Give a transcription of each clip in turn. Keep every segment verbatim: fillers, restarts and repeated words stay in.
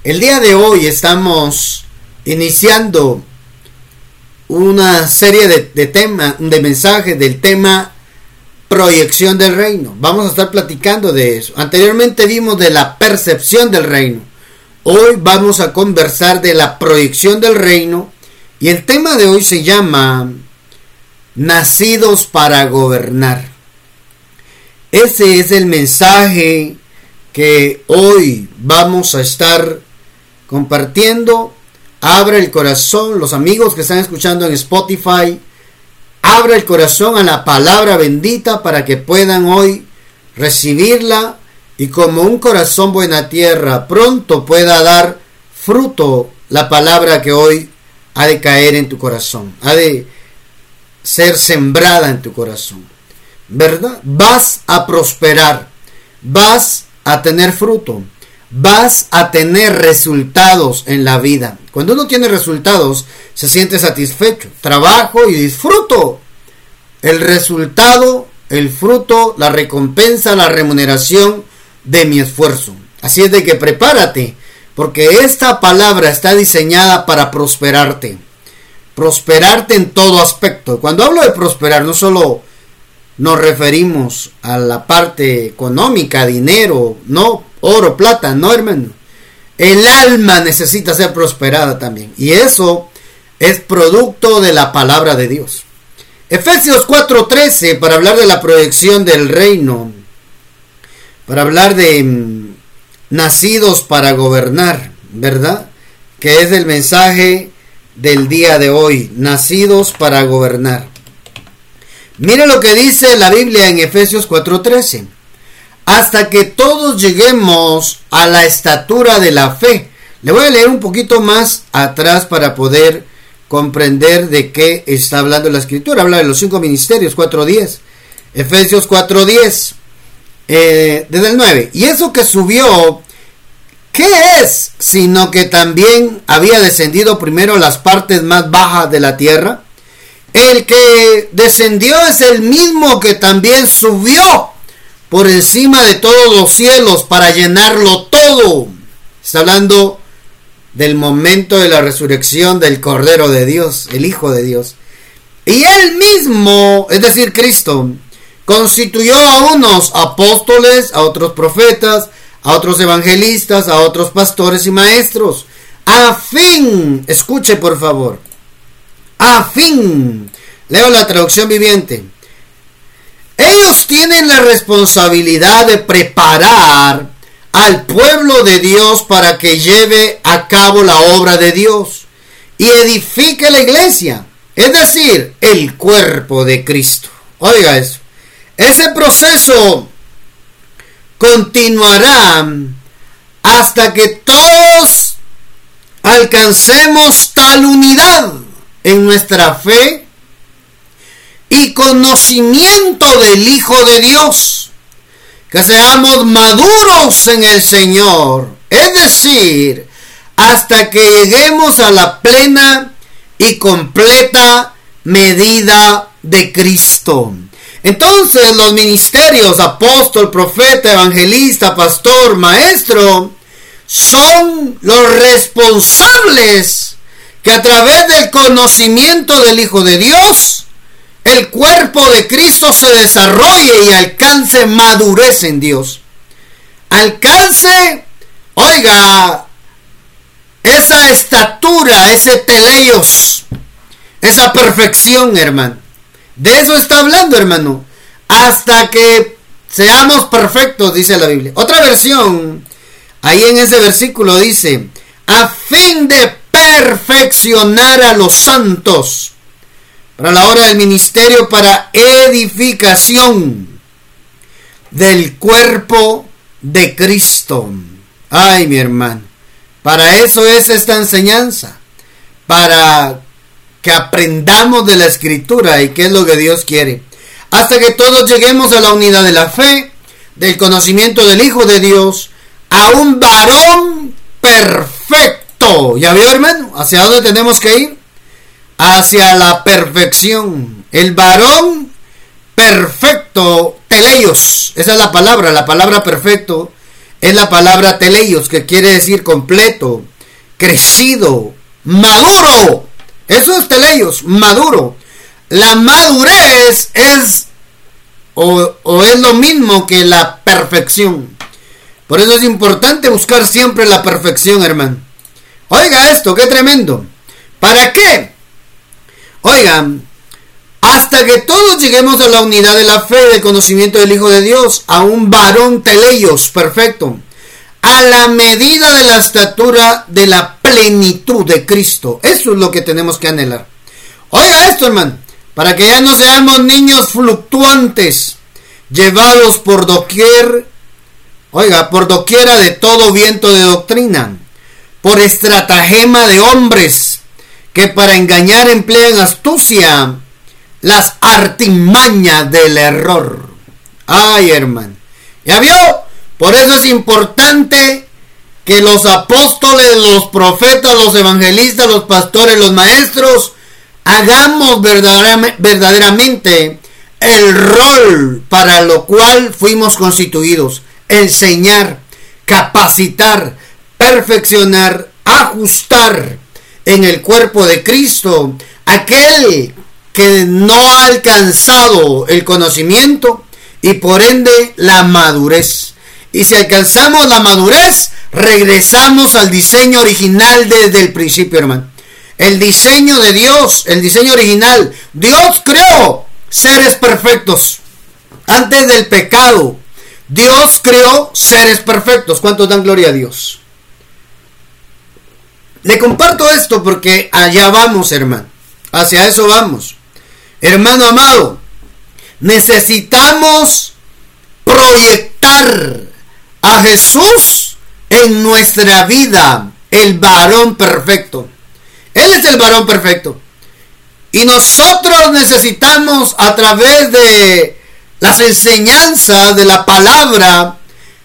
El día de hoy estamos iniciando una serie de, de temas, de mensajes del tema proyección del reino. Vamos a estar platicando de eso. Anteriormente vimos de la percepción del reino. Hoy vamos a conversar de la proyección del reino. Y el tema de hoy se llama nacidos para gobernar. Ese es el mensaje que hoy vamos a estar compartiendo. Abra el corazón, los amigos que están escuchando en Spotify, abra el corazón a la palabra bendita para que puedan hoy recibirla y como un corazón buena tierra pronto pueda dar fruto la palabra que hoy ha de caer en tu corazón, ha de ser sembrada en tu corazón, ¿verdad? Vas a prosperar, vas a tener fruto, vas a tener resultados en la vida. Cuando uno tiene resultados, se siente satisfecho. Trabajo y disfruto el resultado, el fruto, la recompensa, la remuneración de mi esfuerzo. Así es de que prepárate, porque esta palabra está diseñada para prosperarte. Prosperarte en todo aspecto. Cuando hablo de prosperar, no solo nos referimos a la parte económica, dinero, no, oro, plata, no, hermano. El alma necesita ser prosperada también. Y eso es producto de la palabra de Dios. Efesios cuatro trece, para hablar de la proyección del reino, para hablar de mm, nacidos para gobernar, ¿verdad? Que es el mensaje del día de hoy, nacidos para gobernar. Mire lo que dice la Biblia en Efesios cuatro trece. Hasta que todos lleguemos a la estatura de la fe. Le voy a leer un poquito más atrás para poder comprender de qué está hablando la escritura. Habla de los cinco ministerios, cuatro diez. Efesios cuatro diez. Eh, desde el nueve. Y eso que subió, ¿qué es? Sino que también había descendido primero a las partes más bajas de la tierra. El que descendió es el mismo que también subió por encima de todos los cielos para llenarlo todo. Está hablando del momento de la resurrección del Cordero de Dios, el Hijo de Dios. Y él mismo, es decir, Cristo, constituyó a unos apóstoles, a otros profetas, a otros evangelistas, a otros pastores y maestros, a fin, escuche por favor, a fin, leo la traducción viviente. Ellos tienen la responsabilidad de preparar al pueblo de Dios para que lleve a cabo la obra de Dios y edifique la iglesia, es decir, el cuerpo de Cristo. Oiga eso. Ese proceso continuará hasta que todos alcancemos tal unidad en nuestra fe y conocimiento del Hijo de Dios, que seamos maduros en el Señor, es decir, hasta que lleguemos a la plena y completa medida de Cristo. Entonces los ministerios, apóstol, profeta, evangelista, pastor, maestro, son los responsables que a través del conocimiento del Hijo de Dios, el cuerpo de Cristo se desarrolle y alcance madurez en Dios. Alcance, oiga, esa estatura, ese teleios, esa perfección, hermano. De eso está hablando, hermano. Hasta que seamos perfectos, dice la Biblia. Otra versión, ahí en ese versículo dice, a fin de perfeccionar a los santos para la hora del ministerio, para edificación del cuerpo de Cristo. Ay, mi hermano, para eso es esta enseñanza, para que aprendamos de la escritura y qué es lo que Dios quiere, hasta que todos lleguemos a la unidad de la fe, del conocimiento del Hijo de Dios, a un varón perfecto. ¿Ya vio, hermano? ¿Hacia dónde tenemos que ir? Hacia la perfección. El varón perfecto, teleios, esa es la palabra, la palabra perfecto, es la palabra teleios, que quiere decir completo, crecido, maduro. Eso es teleios, maduro. La madurez es o, o es lo mismo que la perfección. Por eso es importante buscar siempre la perfección, hermano. Oiga esto, qué tremendo. ¿Para qué? Oigan, hasta que todos lleguemos a la unidad de la fe y del conocimiento del Hijo de Dios, a un varón teleios perfecto, a la medida de la estatura de la plenitud de Cristo. Eso es lo que tenemos que anhelar. Oiga esto, hermano, para que ya no seamos niños fluctuantes, llevados por doquier, oiga, por doquiera de todo viento de doctrina, por estratagema de hombres, que para engañar emplean astucia, las artimañas del error. Ay, hermano, ¿ya vio? Por eso es importante que los apóstoles, los profetas, los evangelistas, los pastores, los maestros, hagamos verdaderamente el rol para lo cual fuimos constituidos: enseñar, capacitar, perfeccionar, ajustar en el cuerpo de Cristo aquel que no ha alcanzado el conocimiento y por ende la madurez. Y si alcanzamos la madurez, regresamos al diseño original desde el principio, hermano. El diseño de Dios, el diseño original. Dios creó seres perfectos antes del pecado. Dios creó seres perfectos. ¿Cuántos dan gloria a Dios? Le comparto esto porque allá vamos, hermano. Hacia eso vamos. Hermano amado, necesitamos proyectar a Jesús en nuestra vida, el varón perfecto. Él es el varón perfecto. Y nosotros necesitamos, a través de las enseñanzas de la palabra,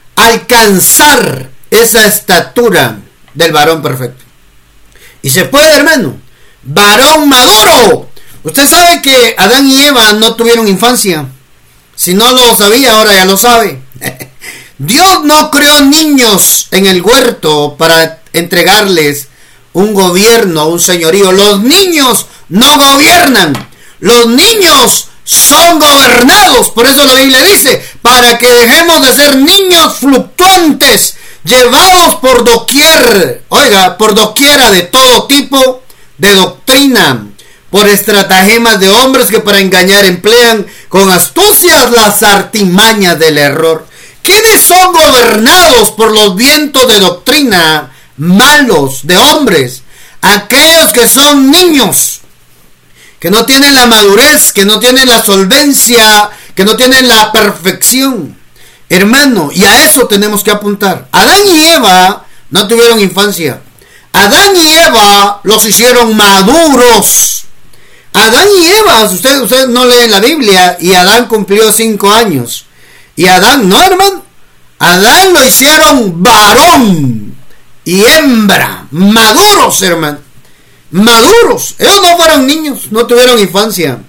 alcanzar esa estatura del varón perfecto. Y se puede, hermano. Varón maduro. Usted sabe que Adán y Eva no tuvieron infancia. Si no lo sabía, ahora ya lo sabe. Dios no creó niños en el huerto para entregarles un gobierno, un señorío. Los niños no gobiernan. Los niños son gobernados. Por eso la Biblia dice, para que dejemos de ser niños fluctuantes, llevados por doquier, oiga, por doquiera de todo tipo de doctrina, por estratagemas de hombres que para engañar emplean con astucias las artimañas del error. ¿Quiénes son gobernados por los vientos de doctrina malos de hombres? Aquellos que son niños, que no tienen la madurez, que no tienen la solvencia, que no tienen la perfección. Hermano, y a eso tenemos que apuntar. Adán y Eva no tuvieron infancia. Adán y Eva los hicieron maduros. Adán y Eva, usted, usted no lee en la Biblia, y Adán cumplió cinco años. Y Adán, no, hermano. Adán lo hicieron varón y hembra, maduros, hermano. Maduros. Ellos no fueron niños, no tuvieron infancia.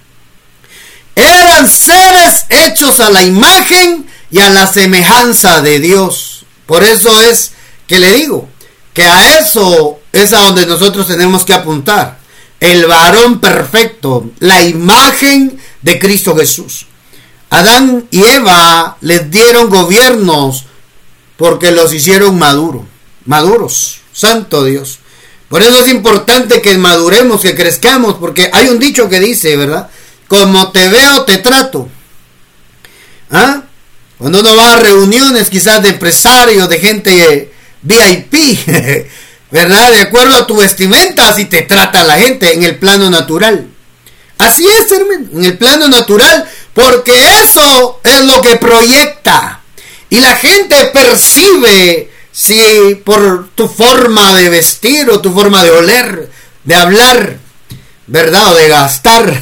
Eran seres hechos a la imagen y a la semejanza de Dios. Por eso es que le digo que a eso es a donde nosotros tenemos que apuntar. El varón perfecto, la imagen de Cristo Jesús. Adán y Eva les dieron gobiernos porque los hicieron maduros. Maduros, santo Dios. Por eso es importante que maduremos, que crezcamos, porque hay un dicho que dice, ¿verdad? Como te veo, te trato. ¿Ah? Cuando uno va a reuniones quizás de empresarios, de gente V I P, ¿verdad? De acuerdo a tu vestimenta, así te trata la gente en el plano natural. Así es, hermano, en el plano natural, porque eso es lo que proyecta. Y la gente percibe si por tu forma de vestir o tu forma de oler, de hablar, ¿verdad? O de gastar.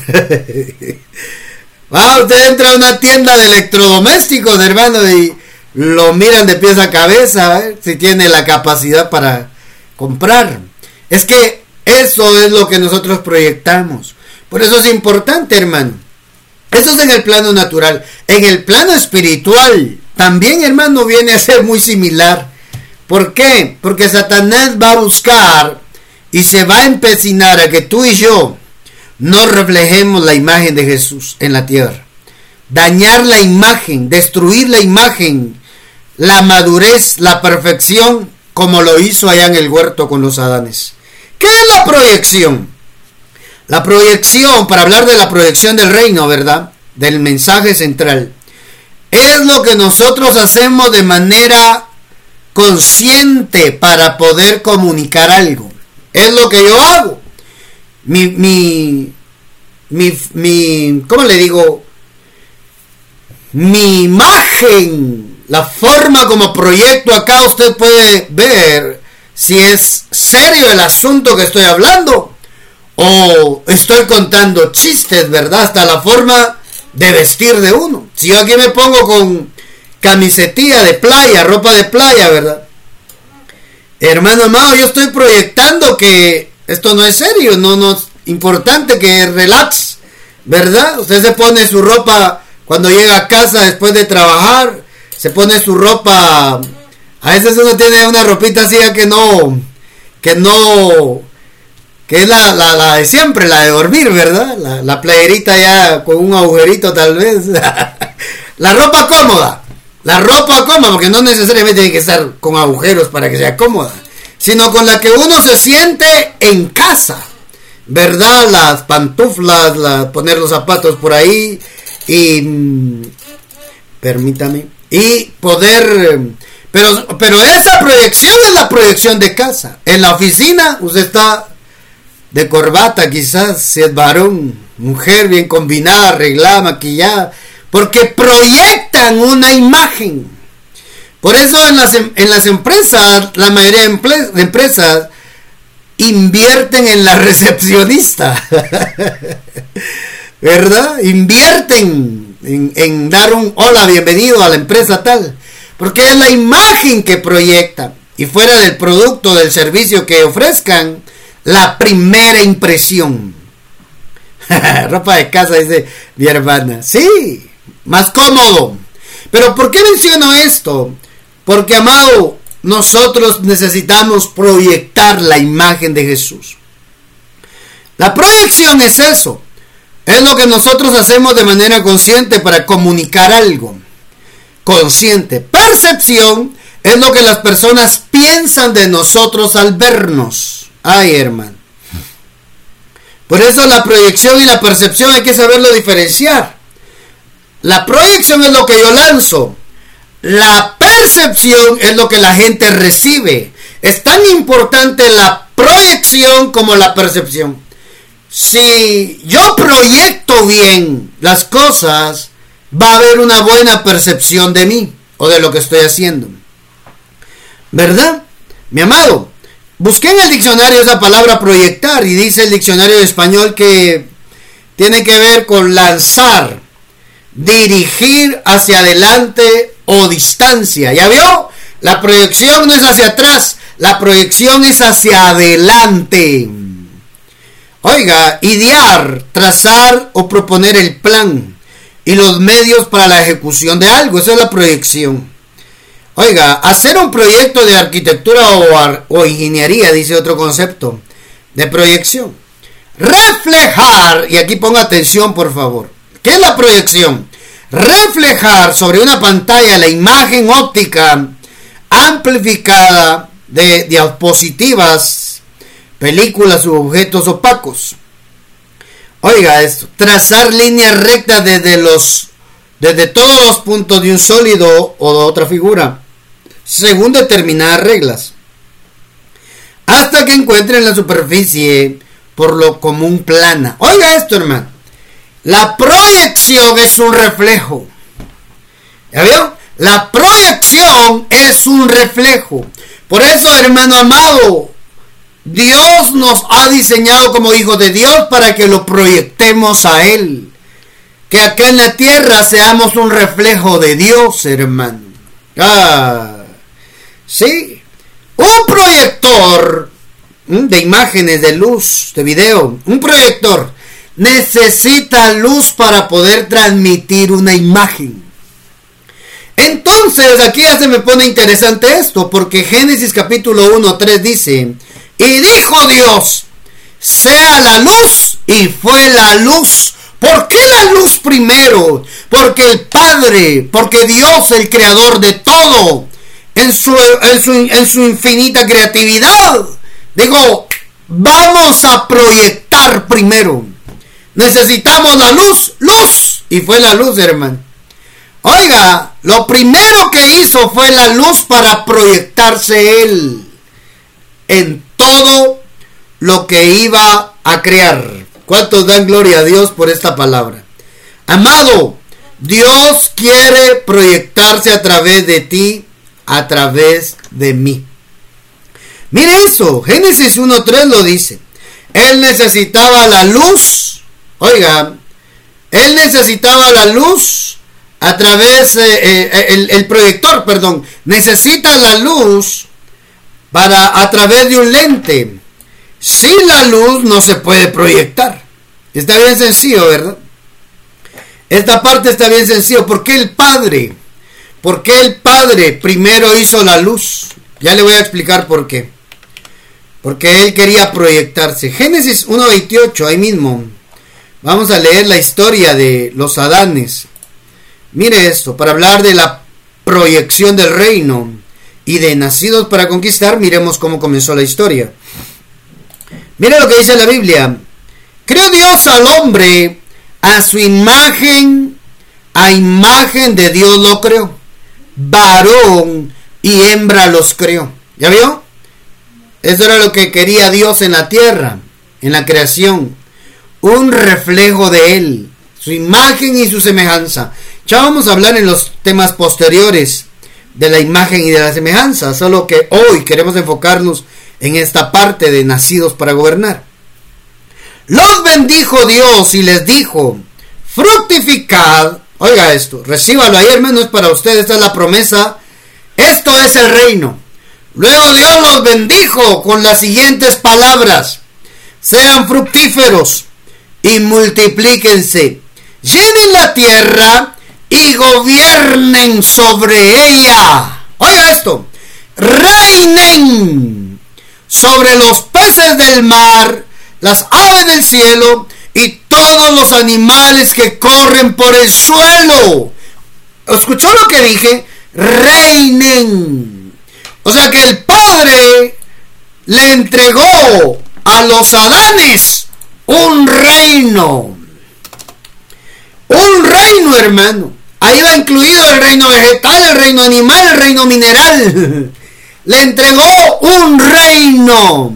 Ah, usted entra a una tienda de electrodomésticos, hermano, y lo miran de pies a cabeza, ¿eh? Si tiene la capacidad para comprar. Es que eso es lo que nosotros proyectamos. Por eso es importante, hermano. Eso es en el plano natural. En el plano espiritual, también, hermano, viene a ser muy similar. ¿Por qué? Porque Satanás va a buscar y se va a empecinar a que tú y yo no reflejemos la imagen de Jesús en la tierra. Dañar la imagen, destruir la imagen, la madurez, la perfección, como lo hizo allá en el huerto con los Adanes. ¿Qué es la proyección? La proyección, para hablar de la proyección del reino, ¿verdad? Del mensaje central, es lo que nosotros hacemos de manera consciente para poder comunicar algo. Es lo que yo hago. Mi, mi, mi, mi, ¿cómo le digo? Mi imagen, la forma como proyecto acá, usted puede ver si es serio el asunto que estoy hablando o estoy contando chistes, ¿verdad? Hasta la forma de vestir de uno. Si yo aquí me pongo con camisetilla de playa, ropa de playa, ¿verdad? Hermano amado, yo estoy proyectando que esto no es serio, no, no es importante, que relax, ¿verdad? Usted se pone su ropa cuando llega a casa después de trabajar, se pone su ropa, a veces uno tiene una ropita así que no, que no, que es la, la, la de siempre, la de dormir, ¿verdad? La, la playerita ya con un agujerito tal vez, la ropa cómoda. La ropa cómoda, porque no necesariamente tiene que estar con agujeros para que sea cómoda, sino con la que uno se siente en casa, ¿verdad? Las pantuflas, la, poner los zapatos por ahí y, permítame, y poder, pero, pero esa proyección es la proyección de casa. En la oficina usted está de corbata, quizás, si es varón, mujer bien combinada, arreglada, maquillada, porque proyectan una imagen. Por eso en las, en las empresas, la mayoría de, emple, de empresas invierten en la recepcionista, ¿verdad? Invierten en, en dar un hola, bienvenido a la empresa tal, porque es la imagen que proyectan. Y fuera del producto, del servicio que ofrezcan, la primera impresión. Ropa de casa, dice mi hermana. Sí, más cómodo. Pero ¿por qué menciono esto? Porque, amado, nosotros necesitamos proyectar la imagen de Jesús. La proyección es eso. Es lo que nosotros hacemos de manera consciente para comunicar algo. Consciente. Percepción es lo que las personas piensan de nosotros al vernos. Ay, hermano. Por eso la proyección y la percepción hay que saberlo diferenciar. La proyección es lo que yo lanzo. La percepción es lo que la gente recibe. Es tan importante la proyección como la percepción. Si yo proyecto bien las cosas, va a haber una buena percepción de mí o de lo que estoy haciendo. ¿Verdad? Mi amado, busqué en el diccionario esa palabra proyectar y dice el diccionario de español que tiene que ver con lanzar, dirigir hacia adelante o distancia. ¿Ya vio? La proyección no es hacia atrás, la proyección es hacia adelante. Oiga, idear, trazar o proponer el plan y los medios para la ejecución de algo, esa es la proyección. Oiga, hacer un proyecto de arquitectura o, ar- o ingeniería, dice otro concepto de proyección. Reflejar, y aquí ponga atención por favor, ¿qué es la proyección? Reflejar sobre una pantalla la imagen óptica amplificada de diapositivas, películas u objetos opacos. Oiga esto, trazar líneas rectas desde los desde todos los puntos de un sólido o de otra figura, según determinadas reglas, hasta que encuentren la superficie por lo común plana. Oiga esto, hermano. La proyección es un reflejo. ¿Ya vio? La proyección es un reflejo. Por eso, hermano amado, Dios nos ha diseñado como hijos de Dios para que lo proyectemos a Él. Que acá en la tierra seamos un reflejo de Dios, hermano. Ah, sí. Un proyector de imágenes, de luz, de video. Un proyector necesita luz para poder transmitir una imagen. Entonces, aquí ya se me pone interesante esto, porque Génesis capítulo uno, tres dice, y dijo Dios, sea la luz, y fue la luz. ¿Por qué la luz primero? Porque el Padre, porque Dios, el creador de todo, en su, en su, en su infinita creatividad, dijo, vamos a proyectar primero. Necesitamos la luz, luz, y fue la luz, hermano. Oiga, lo primero que hizo fue la luz para proyectarse Él en todo lo que iba a crear. ¿Cuántos dan gloria a Dios por esta palabra? Amado, Dios quiere proyectarse a través de ti, a través de mí. Mire eso, Génesis uno tres lo dice. Él necesitaba la luz, oiga, Él necesitaba la luz a través, eh, eh, el, el proyector, perdón, necesita la luz para a través de un lente. Sin la luz no se puede proyectar. Está bien sencillo, ¿verdad? Esta parte está bien sencillo. ¿Por qué el Padre? ¿Por qué el Padre primero hizo la luz? Ya le voy a explicar por qué. Porque Él quería proyectarse. Génesis uno veintiocho, ahí mismo. Vamos a leer la historia de los Adanes. Mire esto, para hablar de la proyección del reino y de nacidos para conquistar, miremos cómo comenzó la historia. Mire lo que dice la Biblia. Creó Dios al hombre a su imagen, a imagen de Dios lo creó. Varón y hembra los creó. ¿Ya vio? Eso era lo que quería Dios en la tierra, en la creación. Un reflejo de Él, su imagen y su semejanza. Ya vamos a hablar en los temas posteriores de la imagen y de la semejanza, solo que hoy queremos enfocarnos en esta parte de nacidos para gobernar. Los bendijo Dios y les dijo, fructificad. Oiga esto, recíbalo ahí, hermano, es para usted, esta es la promesa. Esto es el reino. Luego Dios los bendijo con las siguientes palabras: sean fructíferos y multiplíquense, llenen la tierra y gobiernen sobre ella. Oiga esto, reinen sobre los peces del mar, las aves del cielo y todos los animales que corren por el suelo. ¿Escuchó lo que dije? Reinen. O sea que el Padre le entregó a los Adanes un reino. Un reino, hermano. Ahí va incluido el reino vegetal, el reino animal, el reino mineral. Le entregó un reino.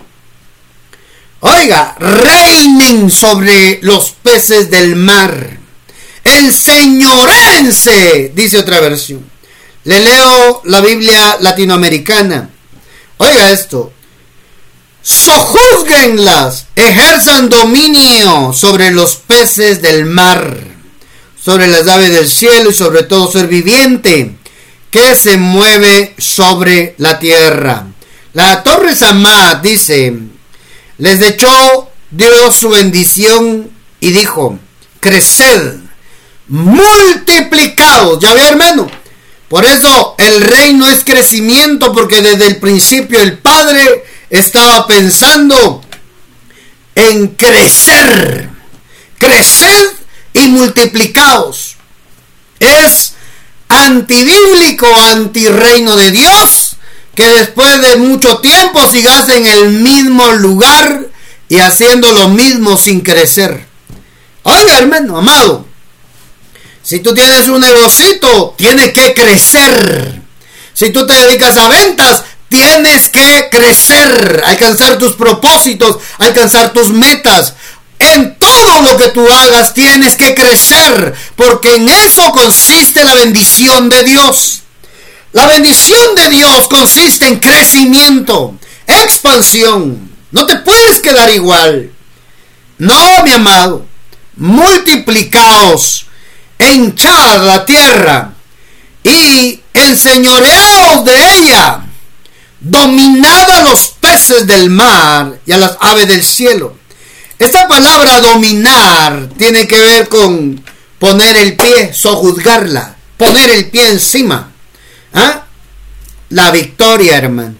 Oiga, reinen sobre los peces del mar. Enseñoréense, dice otra versión. Le leo la Biblia latinoamericana. Oiga esto. Sojúzguenlas, ejerzan dominio sobre los peces del mar, sobre las aves del cielo y sobre todo ser viviente que se mueve sobre la tierra. La Torre Samad dice: les echó Dios su bendición y dijo: creced, multiplicados. Ya ve, hermano, por eso el reino es crecimiento, porque desde el principio el Padre estaba pensando en crecer. Creced y multiplicaos. Es antibíblico, antirreino de Dios, que después de mucho tiempo sigas en el mismo lugar y haciendo lo mismo sin crecer. Oiga, hermano amado, si tú tienes un negocito, tiene que crecer. Si tú te dedicas a ventas, tienes que crecer, alcanzar tus propósitos, alcanzar tus metas. En todo lo que tú hagas tienes que crecer, porque en eso consiste la bendición de Dios. La bendición de Dios consiste en crecimiento, expansión. No te puedes quedar igual. No, mi amado. Multiplicaos, hinchad la tierra y enseñoreaos de ella. Dominad a los peces del mar y a las aves del cielo. Esta palabra dominar tiene que ver con poner el pie, sojuzgarla, poner el pie encima. ¿Ah? La victoria, hermano.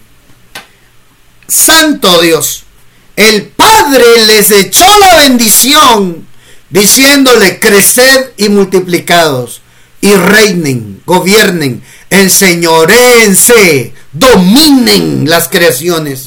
Santo Dios. El Padre les echó la bendición, diciéndole: creced y multiplicados, y reinen, gobiernen, enseñoréense, dominen las creaciones.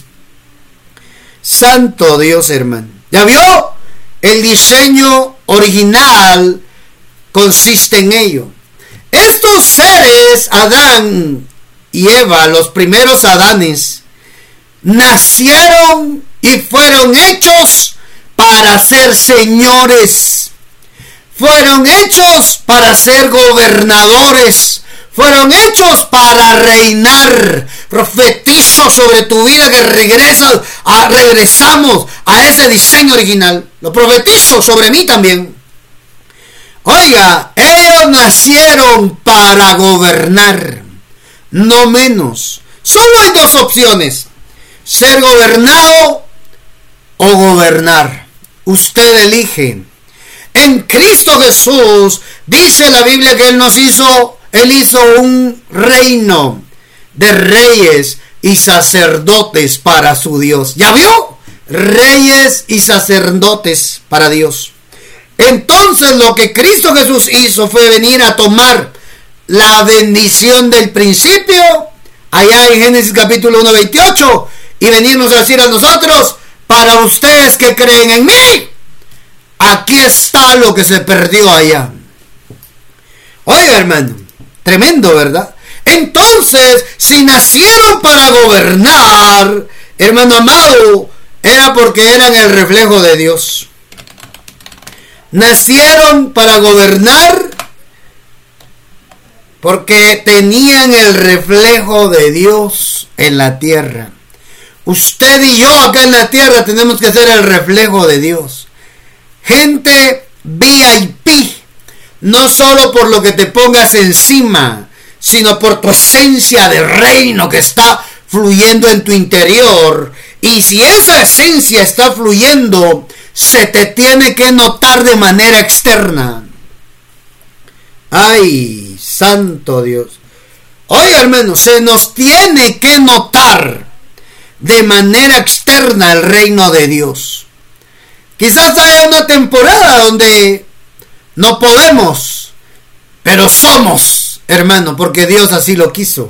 Santo Dios, hermano. ¿Ya vio? El diseño original consiste en ello. Estos seres, Adán y Eva, los primeros Adanes, nacieron y fueron hechos para ser señores. Fueron hechos para ser gobernadores. Fueron hechos para reinar. Profetizo sobre tu vida que regresas a, regresamos a ese diseño original. Lo profetizo sobre mí también. Oiga, ellos nacieron para gobernar, no menos. Solo hay dos opciones: ser gobernado o gobernar. Usted elige. En Cristo Jesús dice la Biblia que Él nos hizo, Él hizo un reino de reyes y sacerdotes para su Dios. ¿Ya vio? Reyes y sacerdotes para Dios. Entonces lo que Cristo Jesús hizo fue venir a tomar la bendición del principio, allá en Génesis capítulo uno, veintiocho, y venirnos a decir a nosotros: para ustedes que creen en mí, aquí está lo que se perdió allá. Oiga, hermano, tremendo, ¿verdad? Entonces, si nacieron para gobernar, hermano amado, era porque eran el reflejo de Dios. Nacieron para gobernar porque tenían el reflejo de Dios en la tierra. Usted y yo acá en la tierra tenemos que ser el reflejo de Dios. Gente V I P, no solo por lo que te pongas encima, sino por tu esencia de reino que está fluyendo en tu interior. Y si esa esencia está fluyendo, se te tiene que notar de manera externa. Ay, santo Dios. Oiga, hermano, se nos tiene que notar de manera externa el reino de Dios. Quizás haya una temporada donde no podemos, pero somos, hermano, porque Dios así lo quiso.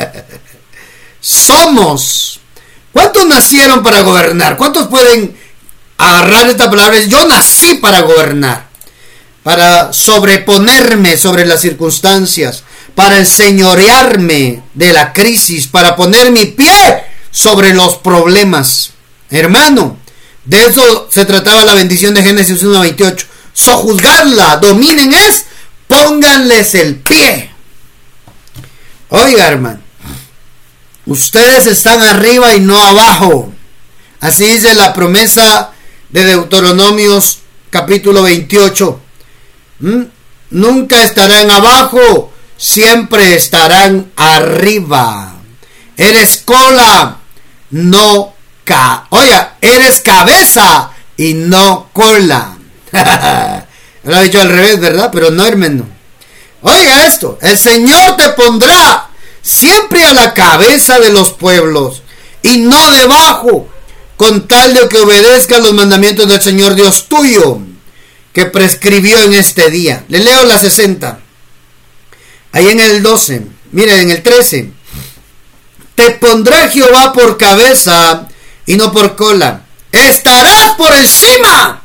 Somos. ¿Cuántos nacieron para gobernar? ¿Cuántos pueden agarrar esta palabra? Yo nací para gobernar, para sobreponerme sobre las circunstancias, para enseñorearme de la crisis, para poner mi pie sobre los problemas. Hermano, de eso se trataba la bendición de Génesis uno veintiocho. Sojuzgarla, dominen es, pónganles el pie. Oiga, hermano, ustedes están arriba y no abajo. Así dice la promesa de Deuteronomios capítulo veintiocho. ¿Mm? Nunca estarán abajo, siempre estarán arriba. Eres cola, no ca. Oiga, eres cabeza y no cola. Lo ha dicho al revés, ¿verdad? Pero no, hermano. Oiga esto: el Señor te pondrá siempre a la cabeza de los pueblos y no debajo, con tal de que obedezcas los mandamientos del Señor Dios tuyo, que prescribió en este día. Le leo la sesenta. Ahí en el doce. Miren, en el trece. Te pondrá Jehová por cabeza y no por cola. Estarás por encima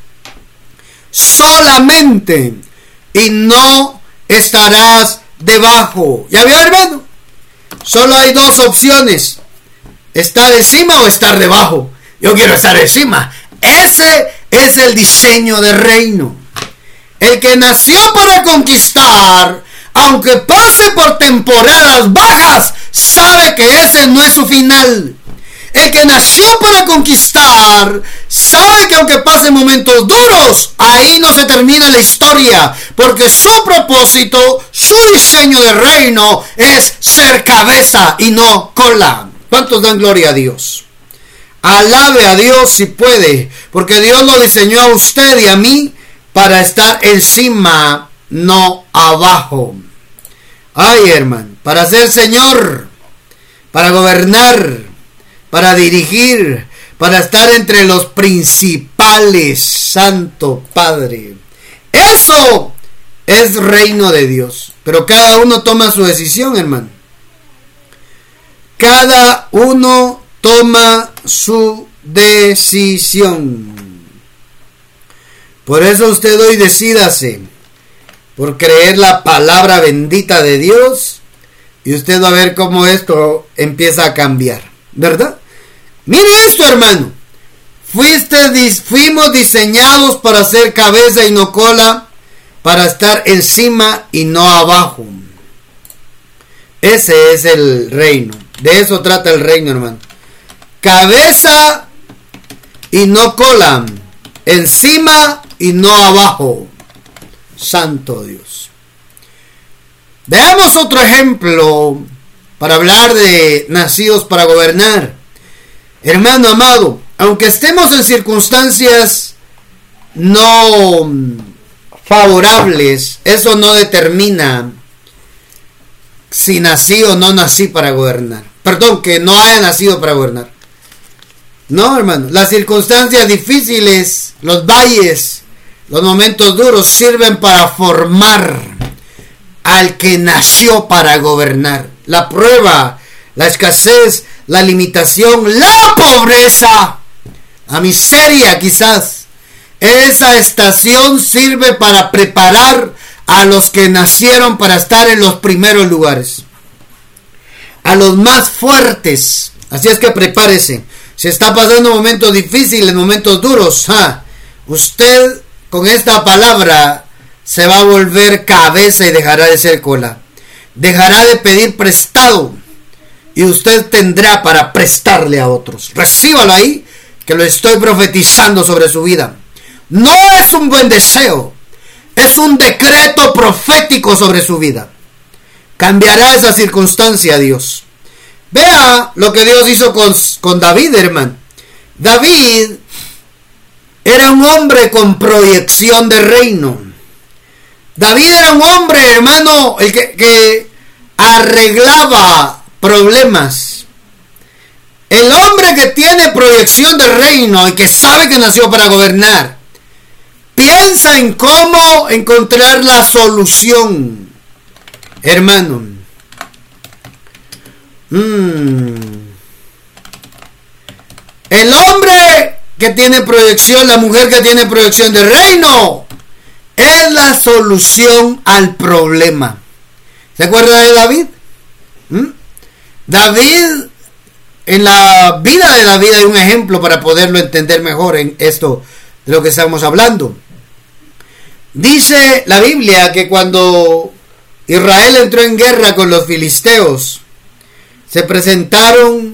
solamente y no estarás debajo. ¿Ya vio, hermano? Solo hay dos opciones: estar encima o estar debajo. Yo quiero estar encima. Ese es el diseño del reino. El que nació para conquistar, aunque pase por temporadas bajas, sabe que ese no es su final. El que nació para conquistar sabe que aunque pasen momentos duros, ahí no se termina la historia, porque su propósito, su diseño de reino es ser cabeza y no cola. ¿Cuántos dan gloria a Dios? Alabe a Dios si puede, porque Dios lo diseñó a usted y a mí para estar encima, no abajo. Ay, hermano, para ser Señor, para gobernar, para dirigir, para estar entre los principales, Santo Padre. Eso es reino de Dios. Pero cada uno toma su decisión, hermano. Cada uno toma su decisión. Por eso usted hoy decídase por creer la palabra bendita de Dios, y usted va a ver cómo esto empieza a cambiar, ¿verdad? Mire esto, hermano. Fuiste, fuimos diseñados para ser cabeza y no cola, para estar encima y no abajo. Ese es el reino. De eso trata el reino, hermano. Cabeza y no cola, encima y no abajo. Santo Dios. Veamos otro ejemplo para hablar de nacidos para gobernar. Hermano amado, aunque estemos en circunstancias no favorables, eso no determina si nací o no nací para gobernar. Perdón, que no haya nacido para gobernar. No, hermano, las circunstancias difíciles, los valles, los momentos duros sirven para formar al que nació para gobernar. La prueba, la escasez, la limitación, la pobreza, la miseria quizás. Esa estación sirve para preparar a los que nacieron para estar en los primeros lugares, a los más fuertes. Así es que prepárese. Si está pasando momentos difíciles, momentos duros, ¿ja? Usted con esta palabra se va a volver cabeza y dejará de ser cola. Dejará de pedir prestado y usted tendrá para prestarle a otros. Recíbalo ahí, que lo estoy profetizando sobre su vida. No es un buen deseo, es un decreto profético sobre su vida. Cambiará esa circunstancia, Dios. Vea lo que Dios hizo con, con David, hermano. David era un hombre con proyección de reino. David era un hombre, hermano, el que, que arreglaba problemas. El hombre que tiene proyección de reino y que sabe que nació para gobernar, piensa en cómo encontrar la solución, hermano. Mm. El hombre que tiene proyección, la mujer que tiene proyección de reino, es la solución al problema. ¿Se acuerda de David? ¿Mm? David, en la vida de David hay un ejemplo para poderlo entender mejor en esto de lo que estamos hablando. Dice la Biblia que cuando Israel entró en guerra con los filisteos, se presentaron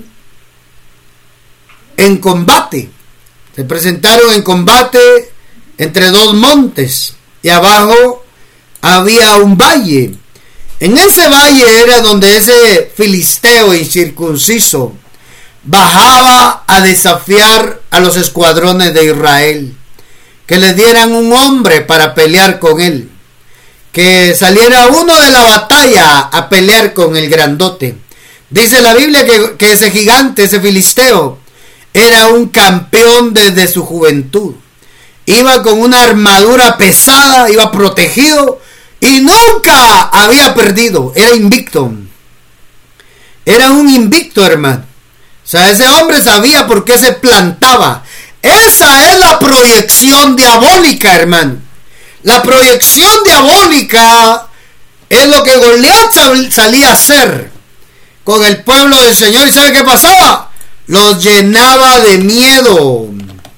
en combate. Se presentaron en combate entre dos montes y abajo había un valle. En ese valle era donde ese filisteo incircunciso bajaba a desafiar a los escuadrones de Israel, que les dieran un hombre para pelear con él, que saliera uno de la batalla a pelear con el grandote. Dice la Biblia que, que ese gigante, ese filisteo, era un campeón desde su juventud. Iba con una armadura pesada, iba protegido y nunca había perdido. Era invicto. Era un invicto, hermano. O sea, ese hombre sabía por qué se plantaba. Esa es la proyección diabólica, hermano. La proyección diabólica es lo que Goliat salía a hacer con el pueblo del Señor. ¿Y sabe qué pasaba? Los llenaba de miedo.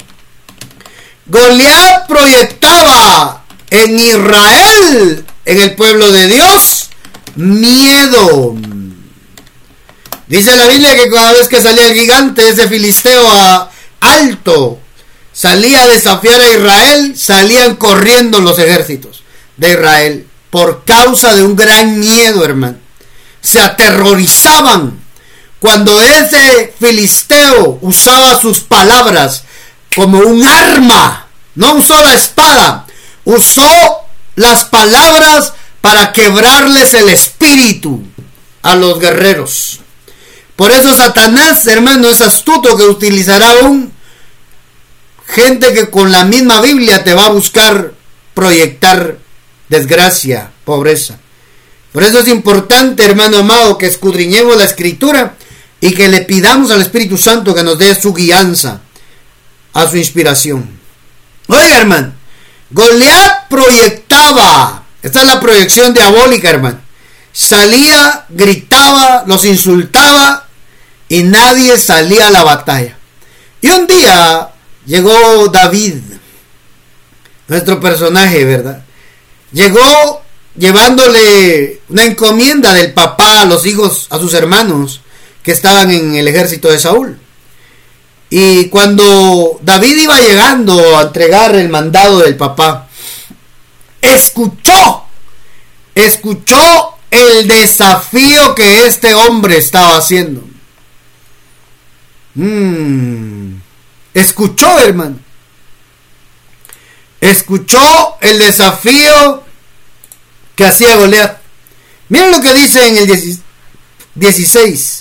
Goliat proyectaba en Israel, en el pueblo de Dios, miedo. Dice la Biblia que cada vez que salía el gigante, ese filisteo a alto, salía a desafiar a Israel, salían corriendo los ejércitos de Israel por causa de un gran miedo, hermano. Se aterrorizaban cuando ese filisteo usaba sus palabras como un arma. No usó la espada, usó las palabras para quebrarles el espíritu a los guerreros. Por eso Satanás, hermano, es astuto, que utilizará aún gente que con la misma Biblia te va a buscar proyectar desgracia, pobreza. Por eso es importante, hermano amado, que escudriñemos la Escritura y que le pidamos al Espíritu Santo que nos dé su guianza, a su inspiración. Oiga, hermano, Goliat proyectaba, esta es la proyección diabólica, hermano. Salía, gritaba, los insultaba y nadie salía a la batalla. Y un día llegó David, nuestro personaje, ¿verdad? Llegó llevándole una encomienda del papá a los hijos, a sus hermanos que estaban en el ejército de Saúl. Y cuando David iba llegando a entregar el mandado del papá, escuchó, escuchó el desafío que este hombre estaba haciendo. Mm. Escuchó, hermano. Escuchó el desafío que hacía Goliat. Miren lo que dice en el dieciséis.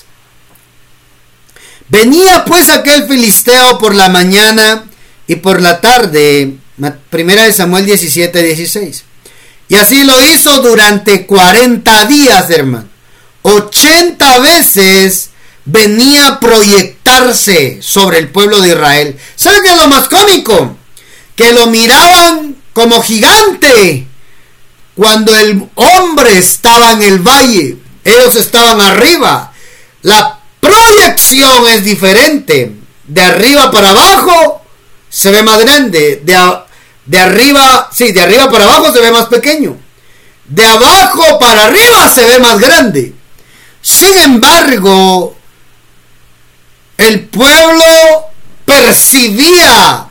Venía pues aquel filisteo por la mañana y por la tarde. Primera de Samuel diecisiete, dieciséis. Y así lo hizo durante cuarenta días, hermano. ochenta veces venía a proyectarse sobre el pueblo de Israel. ¿Sabe qué es lo más cómico? Que lo miraban como gigante cuando el hombre estaba en el valle. Ellos estaban arriba. La proyección es diferente. De arriba para abajo se ve más grande. De, a, de arriba, sí, de arriba para abajo se ve más pequeño. De abajo para arriba se ve más grande. Sin embargo, el pueblo percibía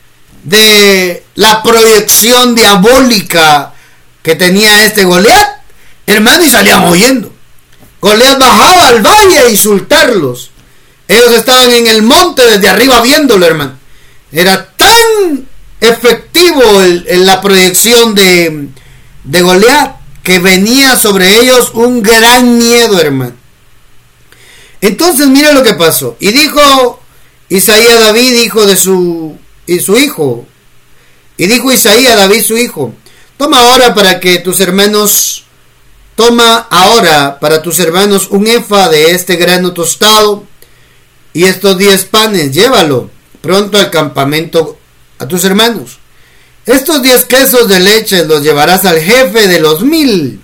de la proyección diabólica que tenía este Goliat, hermano, y salían huyendo. Goliat bajaba al valle a insultarlos. Ellos estaban en el monte desde arriba viéndolo, hermano. Era tan efectivo el, el, la proyección de, de Goliat que venía sobre ellos un gran miedo, hermano. Entonces mira lo que pasó. Y dijo Isaías a David, hijo de su, y su hijo. Y dijo Isaías a David su hijo: Toma ahora para que tus hermanos, toma ahora para tus hermanos un efa de este grano tostado y estos diez panes, llévalo pronto al campamento a tus hermanos. Estos diez quesos de leche los llevarás al jefe de los mil.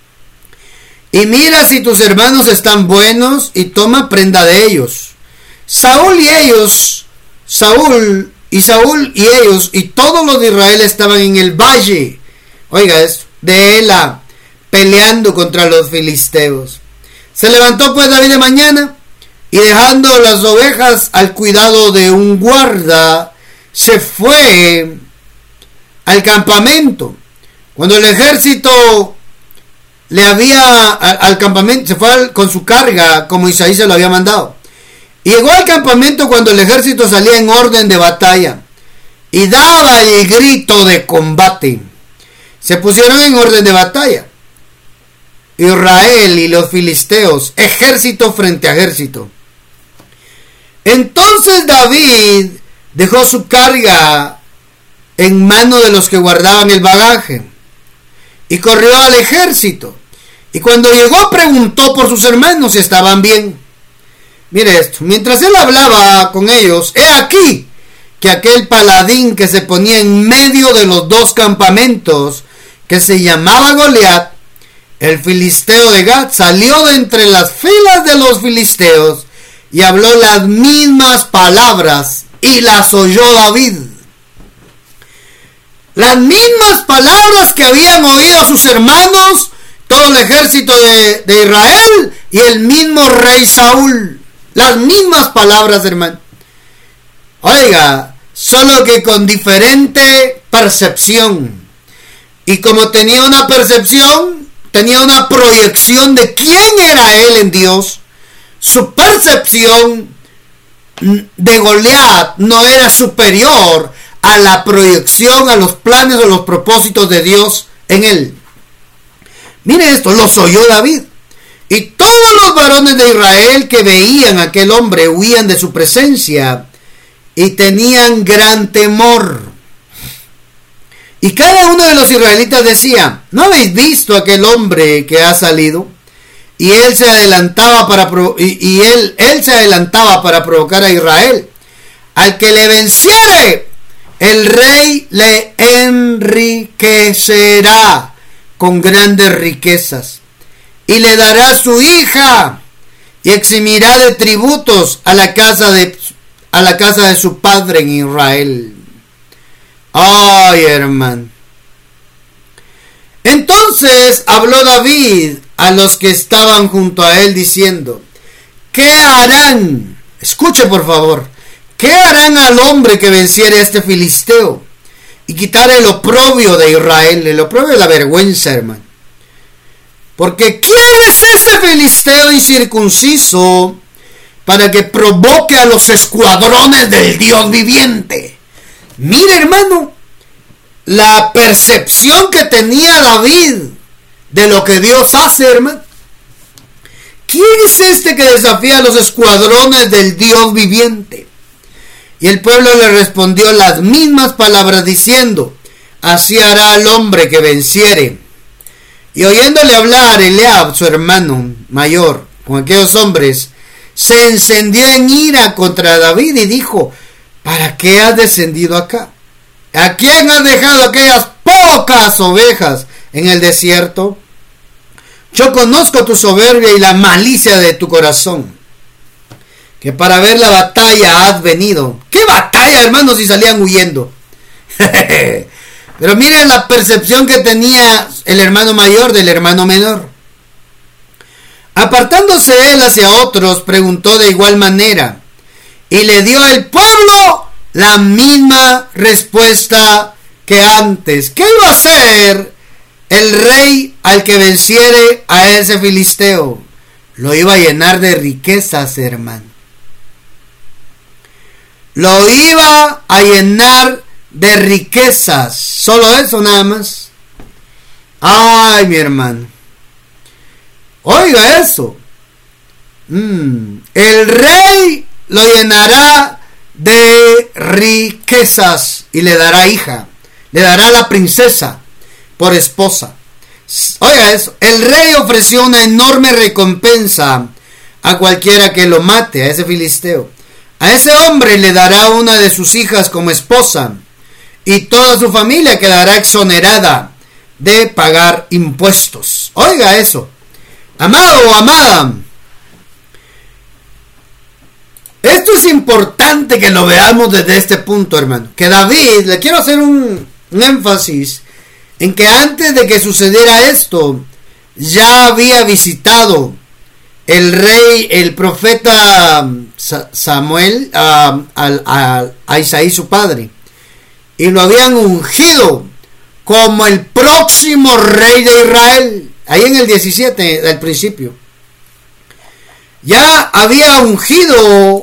Y mira si tus hermanos están buenos y toma prenda de ellos. Saúl y ellos, Saúl y Saúl y ellos y todos los de Israel estaban en el valle, oiga, es de Ela, peleando contra los filisteos. Se levantó pues David de mañana y dejando las ovejas al cuidado de un guarda, se fue al campamento. Cuando el ejército le había al, al campamento, se fue al, con su carga como Isaí se lo había mandado. Y llegó al campamento cuando el ejército salía en orden de batalla y daba el grito de combate. Se pusieron en orden de batalla Israel y los filisteos, ejército frente a ejército. Entonces David dejó su carga en mano de los que guardaban el bagaje y corrió al ejército. Y cuando llegó preguntó por sus hermanos si estaban bien. Mire esto, mientras él hablaba con ellos, he aquí que aquel paladín que se ponía en medio de los dos campamentos, que se llamaba Goliat, el filisteo de Gat, salió de entre las filas de los filisteos y habló las mismas palabras y las oyó David. Las mismas palabras que habían oído sus hermanos, todo el ejército de, de Israel y el mismo rey Saúl. Las mismas palabras, hermano. Oiga, solo que con diferente percepción. Y como tenía una percepción, tenía una proyección de quién era él en Dios, su percepción de Goliat no era superior a la proyección, a los planes o los propósitos de Dios en él. Mire esto, los oyó David. Y todos los varones de Israel que veían a aquel hombre huían de su presencia y tenían gran temor. Y cada uno de los israelitas decía: ¿no habéis visto a aquel hombre que ha salido? Y él se adelantaba para y, y él, él se adelantaba para provocar a Israel. Al que le venciere, el rey le enriquecerá con grandes riquezas, y le dará su hija, y eximirá de tributos a la casa de a la casa de su padre en Israel. Ay, hermano. Entonces habló David a los que estaban junto a él diciendo: ¿qué harán? Escuche por favor. ¿Qué harán al hombre que venciere a este filisteo y quitare el oprobio de Israel? El oprobio es la vergüenza, hermano. Porque ¿quién es este filisteo incircunciso para que provoque a los escuadrones del Dios viviente? Mire, hermano, la percepción que tenía David de lo que Dios hace, hermano. ¿Quién es este que desafía a los escuadrones del Dios viviente? Y el pueblo le respondió las mismas palabras diciendo: así hará al hombre que venciere. Y oyéndole hablar Eliab, su hermano mayor, con aquellos hombres, se encendió en ira contra David y dijo: ¿para qué has descendido acá? ¿A quién has dejado aquellas pocas ovejas en el desierto? Yo conozco tu soberbia y la malicia de tu corazón, que para ver la batalla has venido. ¿Qué batalla, hermanos, si salían huyendo? Pero miren la percepción que tenía el hermano mayor del hermano menor. Apartándose él hacia otros, preguntó de igual manera, y le dio al pueblo la misma respuesta que antes. ¿Qué iba a hacer el rey al que venciere a ese filisteo? Lo iba a llenar de riquezas, hermano. Lo iba a llenar de riquezas. Solo eso nada más. Ay, mi hermano. Oiga eso. Mm. El rey lo llenará de riquezas y le dará hija. Le dará la princesa por esposa. Oiga eso. El rey ofreció una enorme recompensa a cualquiera que lo mate, a ese filisteo. A ese hombre le dará una de sus hijas como esposa, y toda su familia quedará exonerada de pagar impuestos. Oiga eso. Amado o amada, esto es importante que lo veamos desde este punto, hermano. Que David, le quiero hacer un, un énfasis en que antes de que sucediera esto, ya había visitado el rey, el profeta Samuel a, a, a Isaí su padre, y lo habían ungido como el próximo rey de Israel, ahí en el diecisiete del principio. Ya había ungido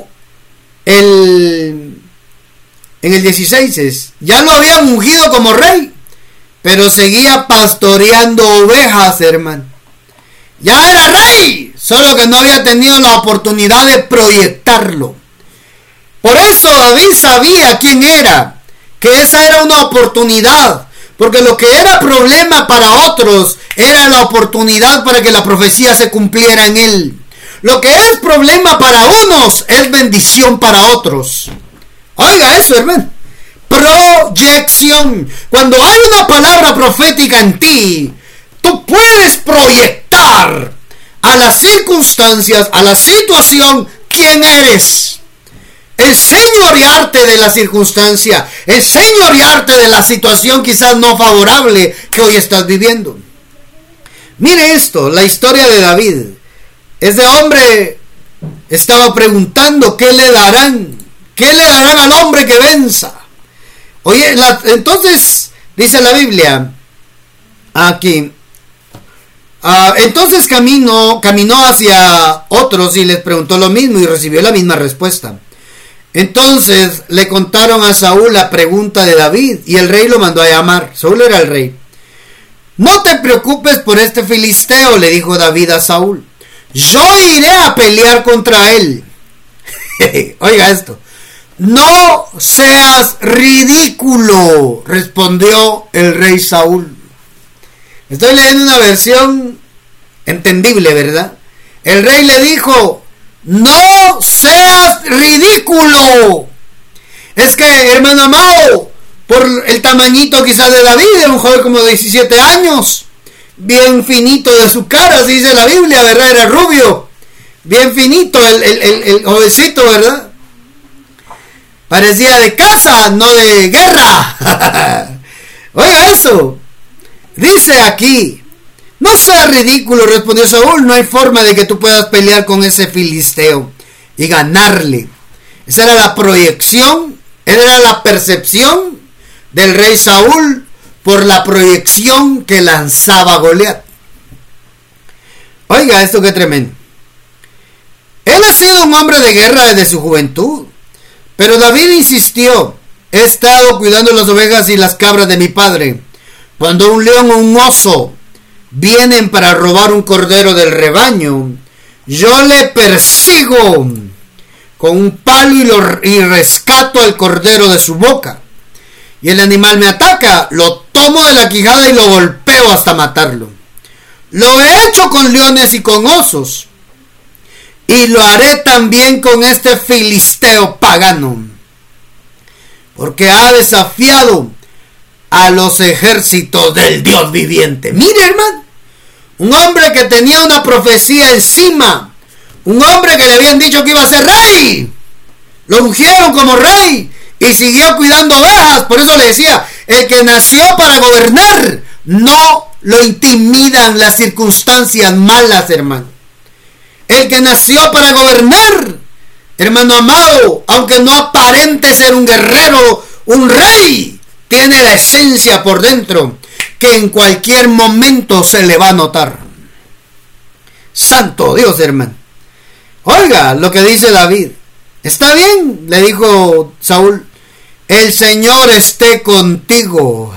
el en el dieciséis, ya lo habían ungido como rey, pero seguía pastoreando ovejas, hermano. Ya era rey, solo que no había tenido la oportunidad de proyectarlo. Por eso David sabía quién era, que esa era una oportunidad, porque lo que era problema para otros era la oportunidad para que la profecía se cumpliera en él. Lo que es problema para unos es bendición para otros. Oiga eso, hermano. Proyección. Cuando hay una palabra profética en ti, tú puedes proyectar a las circunstancias, a la situación, quién eres. Enseñorearte de la circunstancia, enseñorearte de la situación quizás no favorable que hoy estás viviendo. Mire esto, la historia de David. Ese hombre estaba preguntando qué le darán, qué le darán al hombre que venza. Oye, la, entonces dice la Biblia aquí. Uh, entonces caminó, caminó hacia otros y les preguntó lo mismo y recibió la misma respuesta. Entonces le contaron a Saúl la pregunta de David y el rey lo mandó a llamar. Saúl era el rey. no te preocupes por este filisteo, le dijo David a Saúl. Yo iré a pelear contra él. Oiga esto. No seas ridículo, respondió el rey Saúl. Estoy leyendo una versión entendible, ¿verdad? El rey le dijo, no seas ridículo. Es que, hermano amado, por el tamañito quizás de David, era un joven como de diecisiete años, bien finito de su cara, así dice la Biblia, ¿verdad? Era rubio, bien finito el, el, el, el jovencito, ¿verdad? Parecía de casa, no de guerra. Oiga eso. Dice aquí, no seas ridículo, respondió Saúl, no hay forma de que tú puedas pelear con ese filisteo y ganarle. Esa era la proyección, era la percepción del rey Saúl por la proyección que lanzaba Goliat. Oiga esto, qué tremendo. Él ha sido un hombre de guerra desde su juventud, pero David insistió, he estado cuidando las ovejas y las cabras de mi padre. Cuando un león o un oso vienen para robar un cordero del rebaño, yo le persigo con un palo y, lo, y rescato al cordero de su boca. Y el animal me ataca, lo tomo de la quijada y lo golpeo hasta matarlo. Lo he hecho con leones y con osos, y lo haré también con este filisteo pagano, porque ha desafiado a los ejércitos del Dios viviente. Mire, hermano, un hombre que tenía una profecía encima, un hombre que le habían dicho que iba a ser rey, lo ungieron como rey y siguió cuidando ovejas. Por eso le decía, el que nació para gobernar, no lo intimidan las circunstancias malas, hermano. El que nació para gobernar, hermano amado, aunque no aparente ser un guerrero, un rey, tiene la esencia por dentro que en cualquier momento se le va a notar. Santo Dios, hermano. Oiga lo que dice David. Está bien, le dijo Saúl, el Señor esté contigo.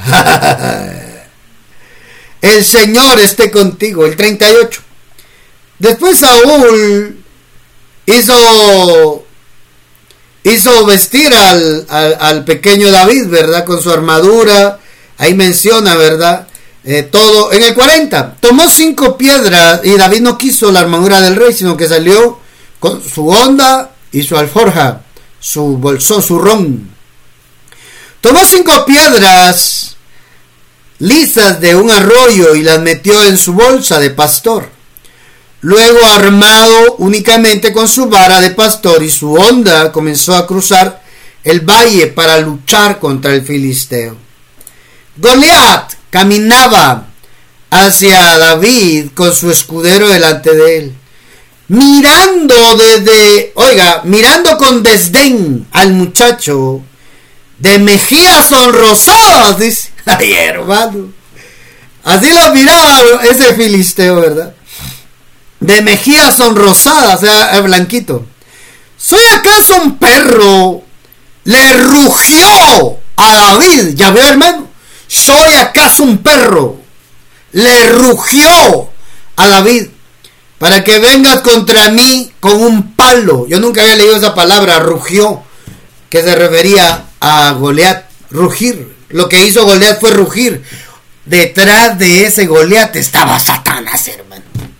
El Señor esté contigo. El treinta y ocho. Después Saúl hizo hizo vestir al, al, al pequeño David, ¿verdad? Con su armadura. Ahí menciona, ¿verdad? Eh, todo. En el cuarenta, tomó cinco piedras y David no quiso la armadura del rey, sino que salió con su honda y su alforja, su bolsón, su ron. Tomó cinco piedras lisas de un arroyo y las metió en su bolsa de pastor. Luego, armado únicamente con su vara de pastor y su honda, comenzó a cruzar el valle para luchar contra el filisteo. Goliat caminaba hacia David con su escudero delante de él, mirando desde, oiga, mirando con desdén al muchacho, de mejillas sonrosadas, dice. Ay, hermano, así lo miraba ese filisteo, ¿verdad? De mejillas sonrosadas, o sea, blanquito. ¿Soy acaso un perro? Le rugió a David. Ya veo, hermano. ¿Soy acaso un perro? Le rugió a David para que vengas contra mí con un palo. Yo nunca había leído esa palabra, rugió, que se refería a Goliat, rugir. Lo que hizo Goliat fue rugir. Detrás de ese Goliat estaba Satanás, hermano.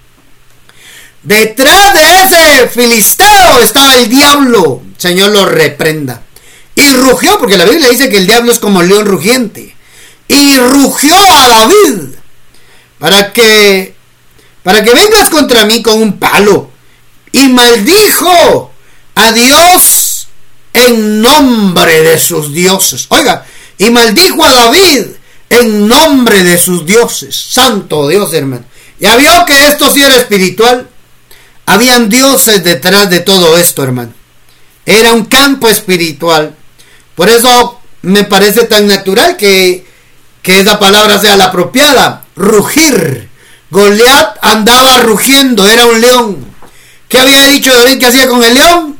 Detrás de ese filisteo estaba el diablo. Señor lo reprenda. Y rugió, porque la Biblia dice que el diablo es como león rugiente. Y rugió a David para que para que vengas contra mí con un palo. Y maldijo a Dios en nombre de sus dioses. Oiga, y maldijo a David en nombre de sus dioses. Santo Dios, hermano. Ya vio que esto sí era espiritual. Habían dioses detrás de todo esto, hermano. Era un campo espiritual. Por eso me parece tan natural que, que esa palabra sea la apropiada. Rugir. Goliat andaba rugiendo, era un león. ¿Qué había dicho David que hacía con el león?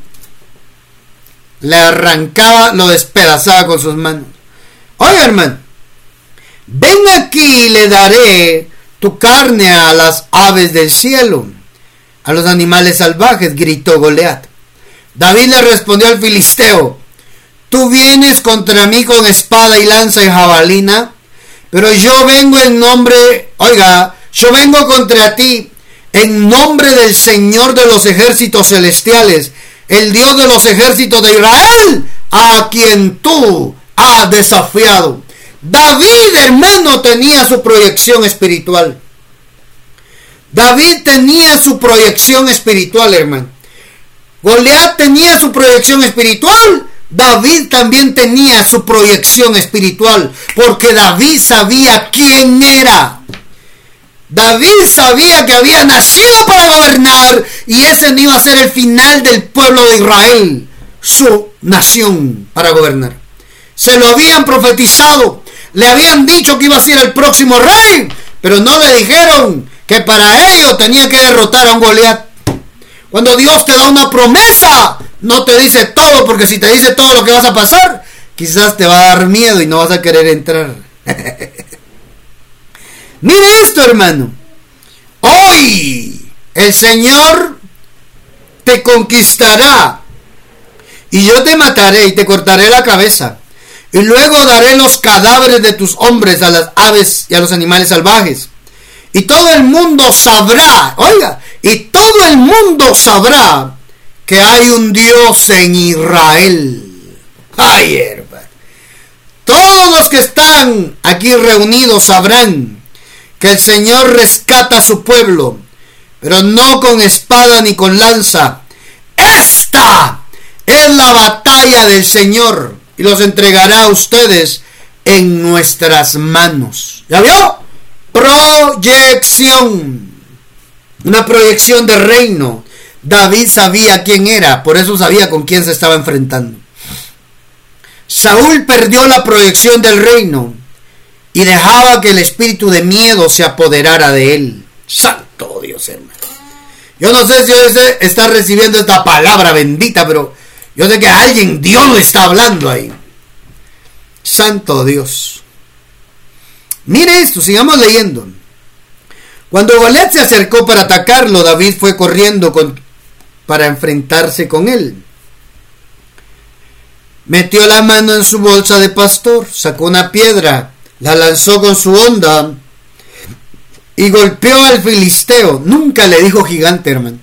Le arrancaba, lo despedazaba con sus manos. Oiga, hermano, ven aquí y le daré tu carne a las aves del cielo, a los animales salvajes, gritó Goliat. David le respondió al filisteo: tú vienes contra mí con espada y lanza y jabalina, pero yo vengo en nombre, oiga, yo vengo contra ti en nombre del Señor de los ejércitos celestiales, el Dios de los ejércitos de Israel, a quien tú has desafiado. David, hermano, tenía su proyección espiritual. David tenía su proyección espiritual, hermano. Goliat tenía su proyección espiritual. David también tenía su proyección espiritual, porque David sabía quién era. David sabía que había nacido para gobernar, y ese no iba a ser el final del pueblo de Israel, su nación para gobernar. Se lo habían profetizado, le habían dicho que iba a ser el próximo rey, pero no le dijeron que para ello tenía que derrotar a un Goliat. Cuando Dios te da una promesa, no te dice todo, porque si te dice todo lo que vas a pasar, quizás te va a dar miedo y no vas a querer entrar. Mire esto, hermano. Hoy el Señor te conquistará, y yo te mataré y te cortaré la cabeza, y luego daré los cadáveres de tus hombres a las aves y a los animales salvajes. Y todo el mundo sabrá, oiga, y todo el mundo sabrá que hay un Dios en Israel. Ay, hermano. Todos los que están aquí reunidos sabrán que el Señor rescata a su pueblo, pero no con espada ni con lanza. Esta es la batalla del Señor, y los entregará a ustedes en nuestras manos. ¿Ya vio? Proyección. Una proyección de reino. David sabía quién era, por eso sabía con quién se estaba enfrentando. Saúl perdió la proyección del reino y dejaba que el espíritu de miedo se apoderara de él. Santo Dios, hermano. Yo no sé si usted está recibiendo esta palabra bendita, pero yo sé que alguien, Dios lo está hablando ahí. Santo Dios. Mire esto, sigamos leyendo. Cuando Goliat se acercó para atacarlo, David fue corriendo con, para enfrentarse con él. Metió la mano en su bolsa de pastor, sacó una piedra, la lanzó con su honda y golpeó al filisteo. Nunca le dijo gigante, hermano.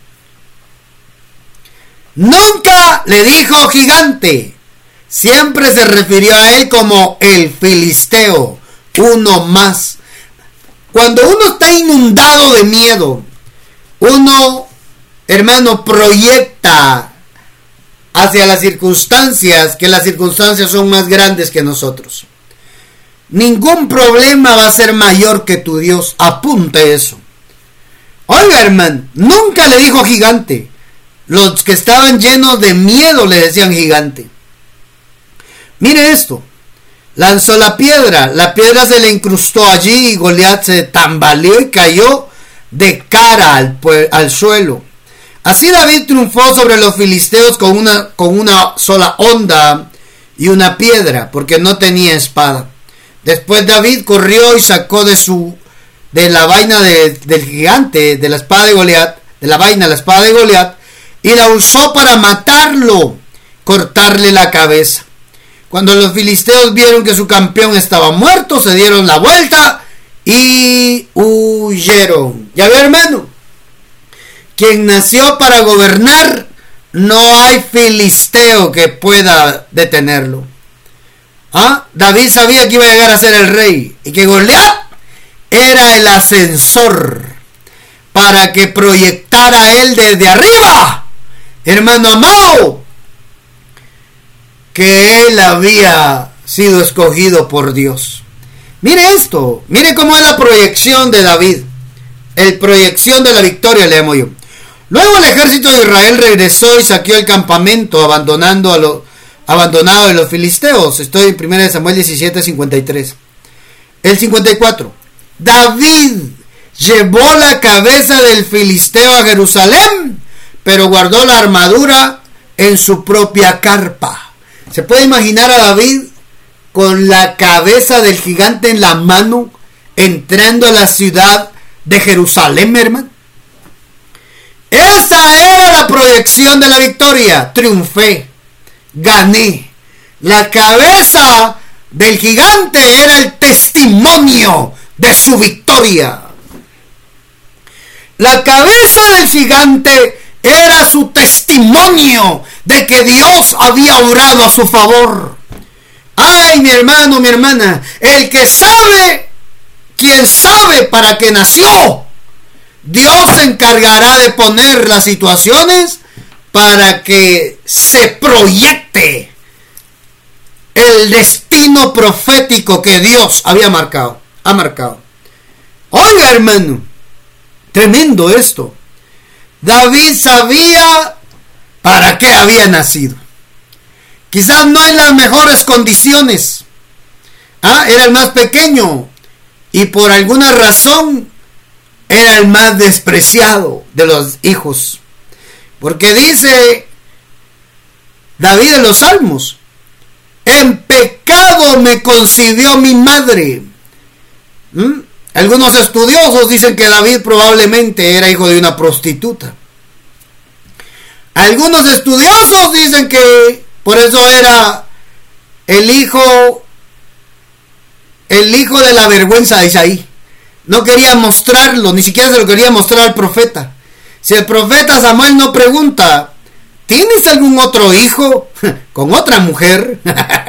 Nunca le dijo gigante. Siempre se refirió a él como el filisteo, uno más. Cuando uno está inundado de miedo, uno, hermano, proyecta hacia las circunstancias, que las circunstancias son más grandes que nosotros. Ningún problema va a ser mayor que tu Dios. Apunte eso. Oiga, hermano, nunca le dijo gigante. Los que estaban llenos de miedo le decían gigante. Mire esto. Lanzó la piedra. La piedra se le incrustó allí y Goliat se tambaleó y cayó de cara al, al suelo. Así David triunfó sobre los filisteos con una, con una sola honda y una piedra, porque no tenía espada. Después David corrió y sacó de su de la vaina de, del gigante, de la espada de Goliat, de la vaina la espada de Goliat, y la usó para matarlo, cortarle la cabeza. Cuando los filisteos vieron que su campeón estaba muerto, se dieron la vuelta y huyeron. ¿Ya ve, hermano? Quien nació para gobernar, no hay filisteo que pueda detenerlo. ¿Ah? David sabía que iba a llegar a ser el rey y que Goliat era el ascensor para que proyectara él desde arriba, hermano amado, que él había sido escogido por Dios. Mire esto, mire cómo es la proyección de David, el proyección de la victoria, le llamo yo. Luego el ejército de Israel regresó y saqueó el campamento, abandonando a los abandonado de los filisteos. Estoy en primera de Samuel diecisiete, cincuenta y tres. El cincuenta y cuatro. David llevó la cabeza del filisteo a Jerusalén, pero guardó la armadura en su propia carpa. Se puede imaginar a David con la cabeza del gigante en la mano, entrando a la ciudad de Jerusalén, hermano. Esa era la proyección de la victoria. Triunfé, gané. La cabeza del gigante era el testimonio de su victoria. La cabeza del gigante era su testimonio de que Dios había obrado a su favor. Ay, mi hermano, mi hermana, el que sabe, quien sabe para qué nació, Dios se encargará de poner las situaciones para que se proyecte el destino profético que Dios había marcado, ha marcado. Oiga, hermano, tremendo esto. David sabía para qué había nacido. Quizás no en las mejores condiciones. Ah, era el más pequeño y por alguna razón era el más despreciado de los hijos. Porque dice David en los Salmos: en pecado me concibió mi madre. ¿Mm? Algunos estudiosos dicen que David probablemente era hijo de una prostituta. Algunos estudiosos dicen que por eso era el hijo, el hijo de la vergüenza de Isaí. No quería mostrarlo, ni siquiera se lo quería mostrar al profeta. Si el profeta Samuel no pregunta, ¿tienes algún otro hijo con otra mujer?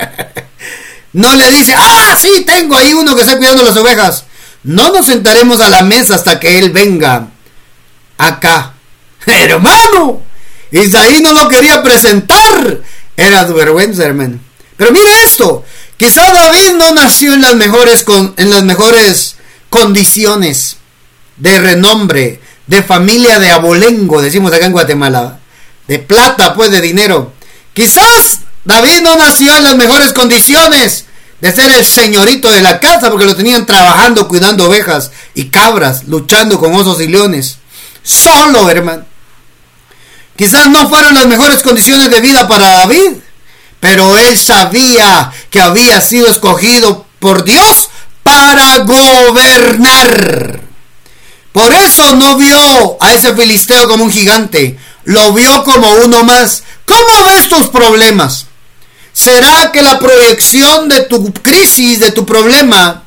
No le dice, ah, sí, tengo ahí uno que está cuidando las ovejas. No nos sentaremos a la mesa hasta que él venga acá. Hermano, Isaí no lo quería presentar. Era su vergüenza, hermano. Pero mira esto. Quizá David no nació en las mejores, con, en las mejores condiciones de renombre, de familia de abolengo, decimos acá en Guatemala. De plata, pues, de dinero. Quizás David no nació en las mejores condiciones de ser el señorito de la casa, porque lo tenían trabajando, cuidando ovejas y cabras, luchando con osos y leones. Solo, hermano. Quizás no fueron las mejores condiciones de vida para David, pero él sabía que había sido escogido por Dios para gobernar. Por eso no vio a ese filisteo como un gigante, lo vio como uno más. ¿Cómo ves tus problemas? ¿Será que la proyección de tu crisis, de tu problema,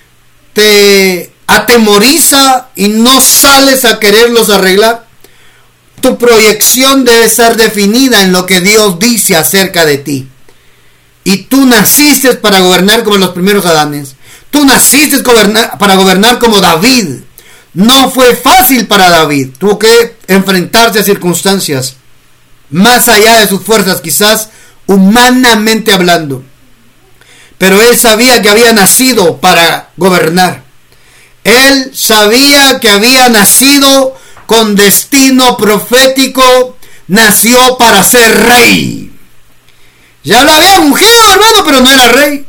te atemoriza y no sales a quererlos arreglar? Tu proyección debe ser definida en lo que Dios dice acerca de ti. Y tú naciste para gobernar como los primeros Adanes. Tú naciste gobernar, para gobernar como David. No fue fácil para David. Tuvo que enfrentarse a circunstancias más allá de sus fuerzas, quizás humanamente hablando. Pero él sabía que había nacido para gobernar. Él sabía que había nacido con destino profético. Nació para ser rey. Ya lo había ungido, hermano, pero no era rey.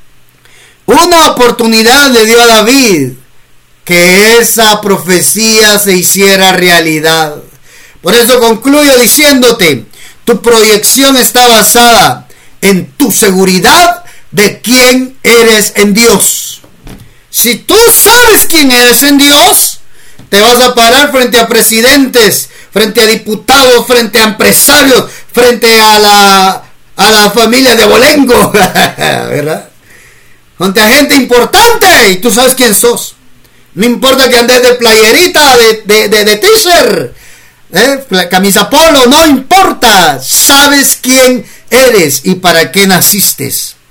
Una oportunidad le dio a David que esa profecía se hiciera realidad. Por eso concluyo diciéndote, tu proyección está basada en tu seguridad de quién eres en Dios. Si tú sabes quién eres en Dios, te vas a parar frente a presidentes, frente a diputados, frente a empresarios, frente a la, a la familia de abolengo, ¿verdad? Frente a gente importante y tú sabes quién sos. No importa que andes de playerita, de, de, de, de t-shirt, ¿eh? camisa polo, no importa. Sabes quién eres y para qué naciste.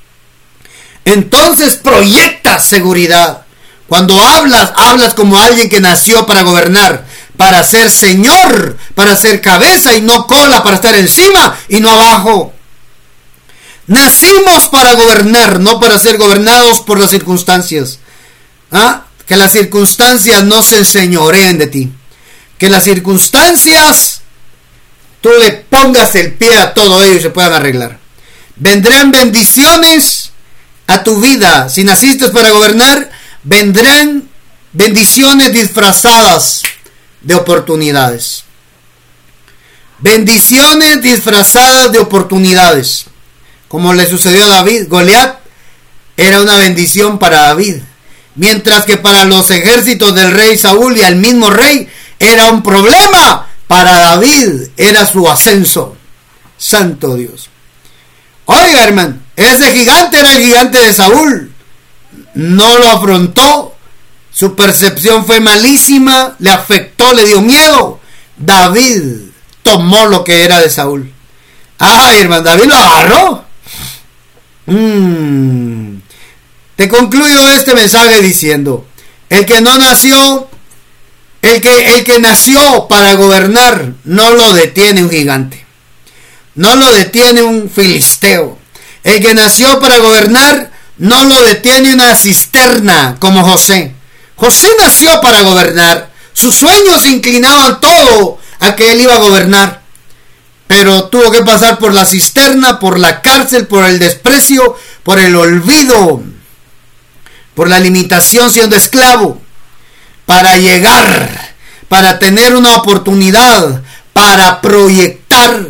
Entonces proyectas seguridad. Cuando hablas, hablas como alguien que nació para gobernar, para ser señor, para ser cabeza y no cola, para estar encima y no abajo. Nacimos para gobernar, no para ser gobernados por las circunstancias. ¿Ah? Que las circunstancias no se enseñoreen de ti. Que las circunstancias tú le pongas el pie a todo ello y se puedan arreglar. Vendrán bendiciones a tu vida. Si naciste para gobernar, vendrán bendiciones disfrazadas de oportunidades. Bendiciones disfrazadas de oportunidades. Como le sucedió a David. Goliat era una bendición para David, mientras que para los ejércitos del rey Saúl y al mismo rey era un problema. Para David era su ascenso. Santo Dios. Oiga, hermano, ese gigante era el gigante de Saúl. No lo afrontó. Su percepción fue malísima. Le afectó, le dio miedo. David tomó lo que era de Saúl. Ay, hermano, David lo agarró. Mm. Te concluyo este mensaje diciendo: el que no nació, el que, el que nació para gobernar, no lo detiene un gigante. No lo detiene un filisteo. El que nació para gobernar, no lo detiene una cisterna como José. José nació para gobernar. Sus sueños inclinaban todo a que él iba a gobernar. Pero tuvo que pasar por la cisterna, por la cárcel, por el desprecio, por el olvido, por la limitación siendo esclavo, para llegar, para tener una oportunidad, para proyectar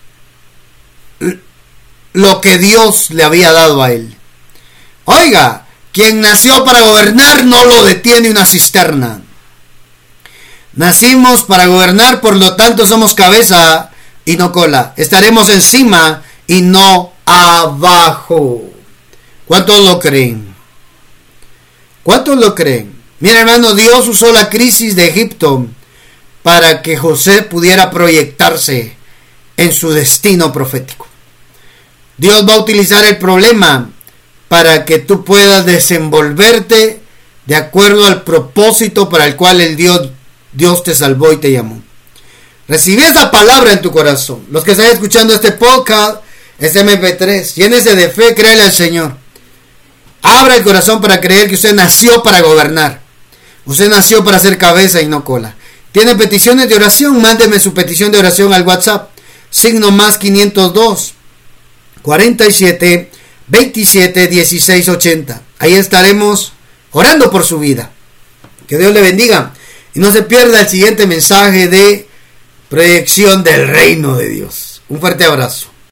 lo que Dios le había dado a él. Oiga, quien nació para gobernar no lo detiene una cisterna. Nacimos para gobernar, por lo tanto somos cabeza y no cola. Estaremos encima y no abajo. ¿Cuántos lo creen? ¿Cuántos lo creen? Mira, hermano, Dios usó la crisis de Egipto para que José pudiera proyectarse en su destino profético. Dios va a utilizar el problema para que tú puedas desenvolverte de acuerdo al propósito para el cual el Dios, Dios te salvó y te llamó. Recibí esa palabra en tu corazón. Los que están escuchando este podcast, este eme pe tres, llénese de fe, créele al Señor. Abra el corazón para creer que usted nació para gobernar. Usted nació para ser cabeza y no cola. ¿Tiene peticiones de oración? Mándeme su petición de oración al WhatsApp. Signo más quinientos dos, cuarenta y siete, veintisiete, dieciséis, ochenta. Ahí estaremos orando por su vida. Que Dios le bendiga. Y no se pierda el siguiente mensaje de proyección del reino de Dios. Un fuerte abrazo.